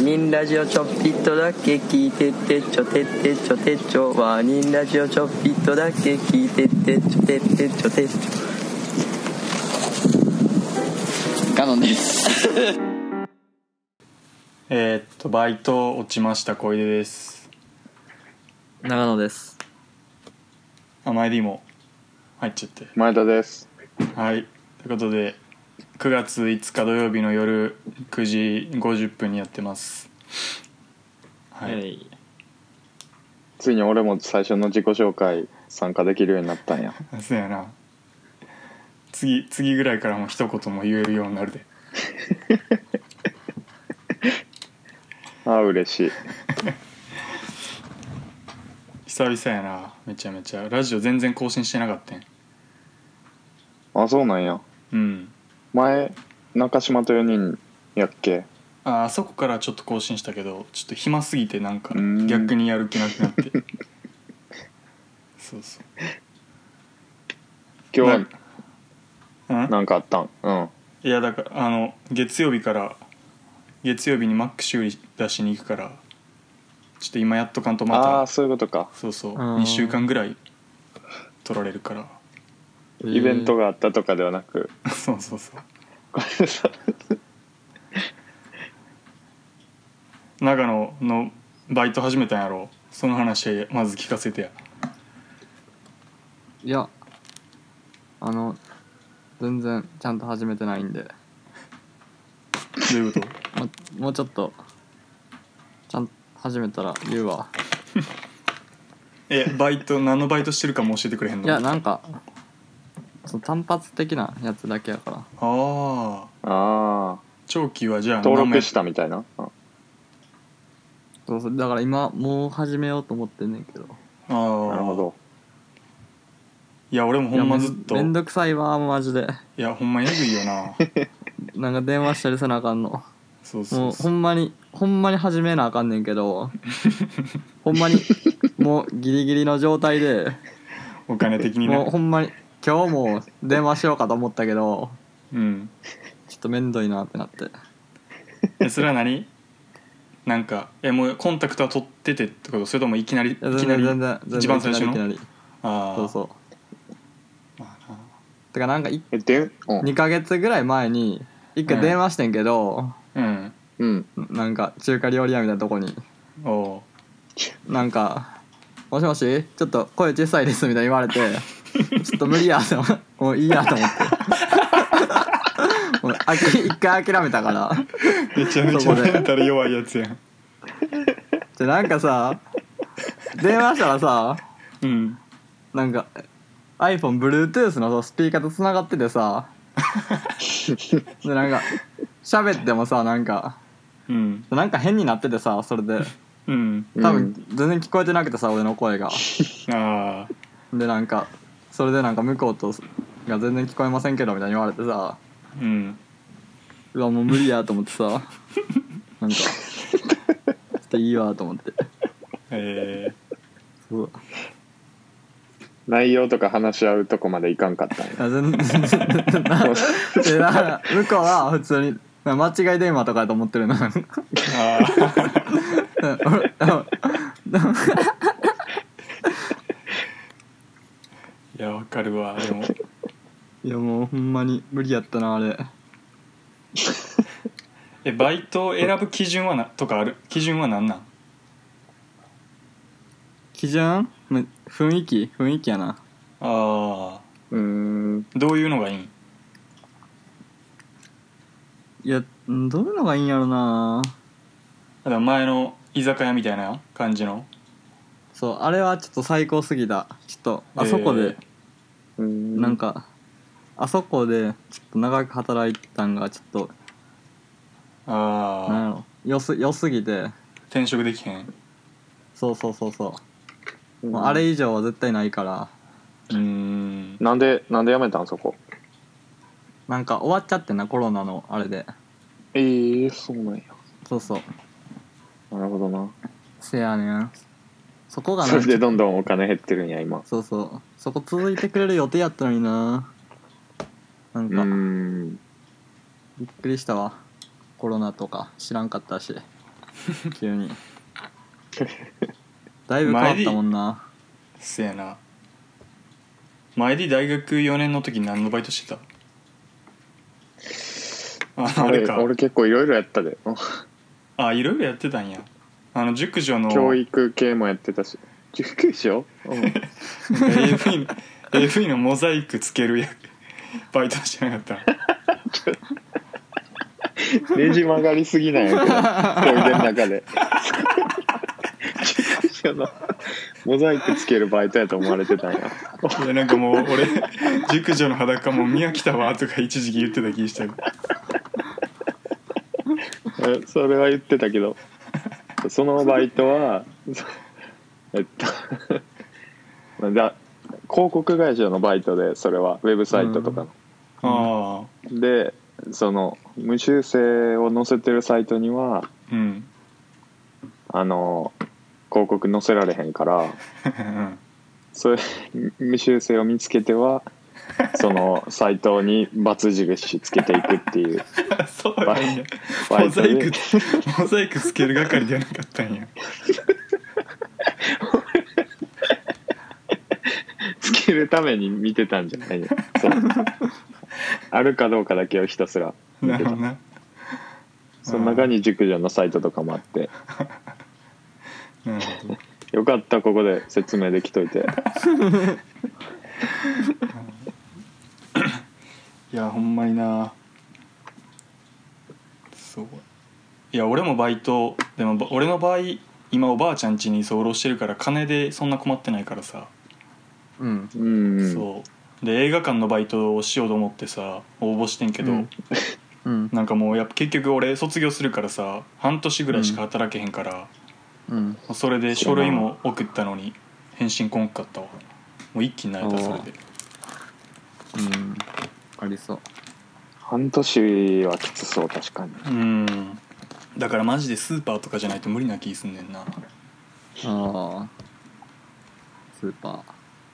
ニンラジオちょっぴっとだけ聞いてってちょてってちょてちょワーニンラジオちょっぴっとだけ聞いてってちょてってちょてちょガノンですバイト落ちました小出です。 長野です。 前 D も入っちゃって前田です。 はい、ということで9月5日土曜日の夜9時50分にやってます。はい、 ついに俺も最初の自己紹介参加できるようになったんや。 そうやな。次ぐらいからも一言も言えるようになるでああ嬉しい久々やな。めちゃめちゃラジオ全然更新してなかったん。 あ、そうなんや。 うん。 前中島と4人やっけ。 あそこからちょっと更新したけどちょっと暇すぎてなんか逆にやる気なくなってそうそう。 今日はなんかあったん？うん。 いやだから月曜日にマック修理出しに行くからちょっと今やっとかんとまた。 ああそういうことか。 そう2週間ぐらい取られるから、 イベントがあったとかではなくそうこれさ長野のバイト始めたんやろ。その話まず聞かせてや。 いや全然ちゃんと始めてないんで。 どういうこと？ もうちょっとちゃんと始めたら言うわバイト何のバイトしてるかも教えてくれへんの？ いやなんかその単発的なやつだけやから。 あ長期はじゃあ登録したみたいな。 そうだから今もう始めようと思ってんねんけど。 なるほど。 いや俺もほんまずっとめんどくさいわマジで。 いやほんまえぐいよななんか電話したりせなあかんの。 そうもうほんまに始めなあかんねんけどほんまにもうギリギリの状態でお金的にもうほんまに今日も電話しようかと思ったけどうん。 ちょっとめんどいなってなって。 それは何？なんかもうコンタクトは取っててってこと？それともいきなり全然一番最初の？ いきなりそうまあな。 てかなんか 2 ヶ月ぐらい前に一回電話してんけど、なんか中華料理屋みたいなとこになんかもしもしちょっと声小さいですみたいに言われてちょっと無理やともういいやと思ってもう一回諦めたから。 めちゃめちゃメンタル弱いやつやん。 じゃなんかさ電話したらさ、なんか iPhone Bluetooth のスピーカーとつながっててさでなんか喋ってもさなんか変になっててさ、それで多分全然聞こえてなくてさ俺の声がでなんかそれでなんか向こうとが全然聞こえませんけどみたいに言われてさ、うわもう無理やと思ってさなんかちょっといいわと思ってそう内容とか話し合うとこまでいかんかったんや。 全然だから向こうは普通に間違い電話とかだと思ってるの。 いやわかるわ。でもいやもうほんまに無理やったなあれ。 バイトを選ぶ基準はとかある？基準は何なん？ 基準？雰囲気やな。 どういうのがいいん？ いやどういうのがいいんやろな。 だから前の居酒屋みたいな感じの？ そうあれはちょっと最高すぎた。ちょっとあそこで、なんかあそこでちょっと長く働いたんがちょっとなんやろ良すぎて転職できへん。 そうもうあれ以上は絶対ないから。 なんで辞めたんそこ？ なんか終わっちゃってんなコロナのあれで。 そうなんや。 そうなるほどな。 せやねん。そこがそれでどんどんお金減ってるんや今。 そこ続いてくれる予定やったのにな。なんかびっくりしたわ。コロナとか知らんかったし急にだいぶ変わったもんな。 せやな。前で大学4年の時何のバイトしてた？あれか。 俺結構いろいろやったで。 あ、いろいろやってたんや。塾女の教育系もやってたし。塾女？ AV のモザイクつけるバイトしてなかった？ ねじ曲がりすぎなんやけど、トイレの中で塾女のモザイクつけるバイトやと思われてたんや。 いやなんかもう俺塾女の裸もう見飽きたわとか一時期言ってた気した。 それは言ってたけど、そのバイトは広告会社のバイトで、それはウェブサイトとかの、でその無修正を載せてるサイトには、広告載せられへんからそれ無修正を見つけてはそのサイトに×印つけていくっていうそうなんや。モザイクつける係ではなかったんや。 つけるために見てたんじゃないよ。あるかどうかだけをひたすら見てた。その中に塾女のサイトとかもあって、 なるほど。 よかった、ここで説明できといて。 いやほんまにな。そう。いや俺もバイトでも、俺の場合今おばあちゃん家に居候してるから金でそんな困ってないからさ。そうで映画館のバイトをしようと思ってさ応募してんけど、なんかもうやっぱ結局俺卒業するからさ半年ぐらいしか働けへんから、それで書類も送ったのに返信こんかったわ。もう一気になれたそれで。 ありそう。 半年はきつそう、確かに。 だからマジでスーパーとかじゃないと無理な気すんねんな。 スーパー。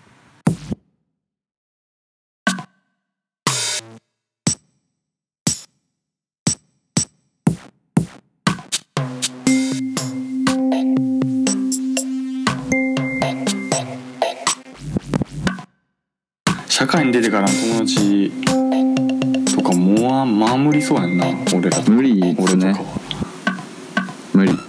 社会に出てからの友達とかもうまあ無理そうやんな。俺らとか無理ですね。 俺とかは無理。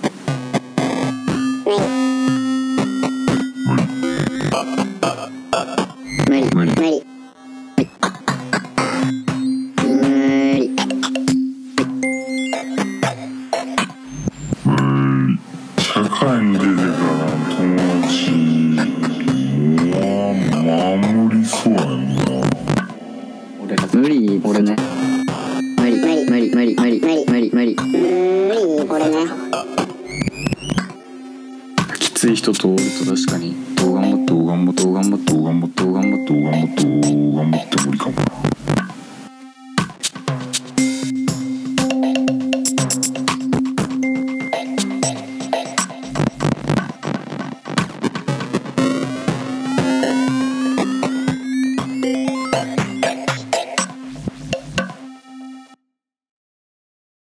社会に出てからの友達はまあ無理そうやんな。 無理俺ね。無理俺ね。 きつい人とおると確かにどう頑張っても無理かもな。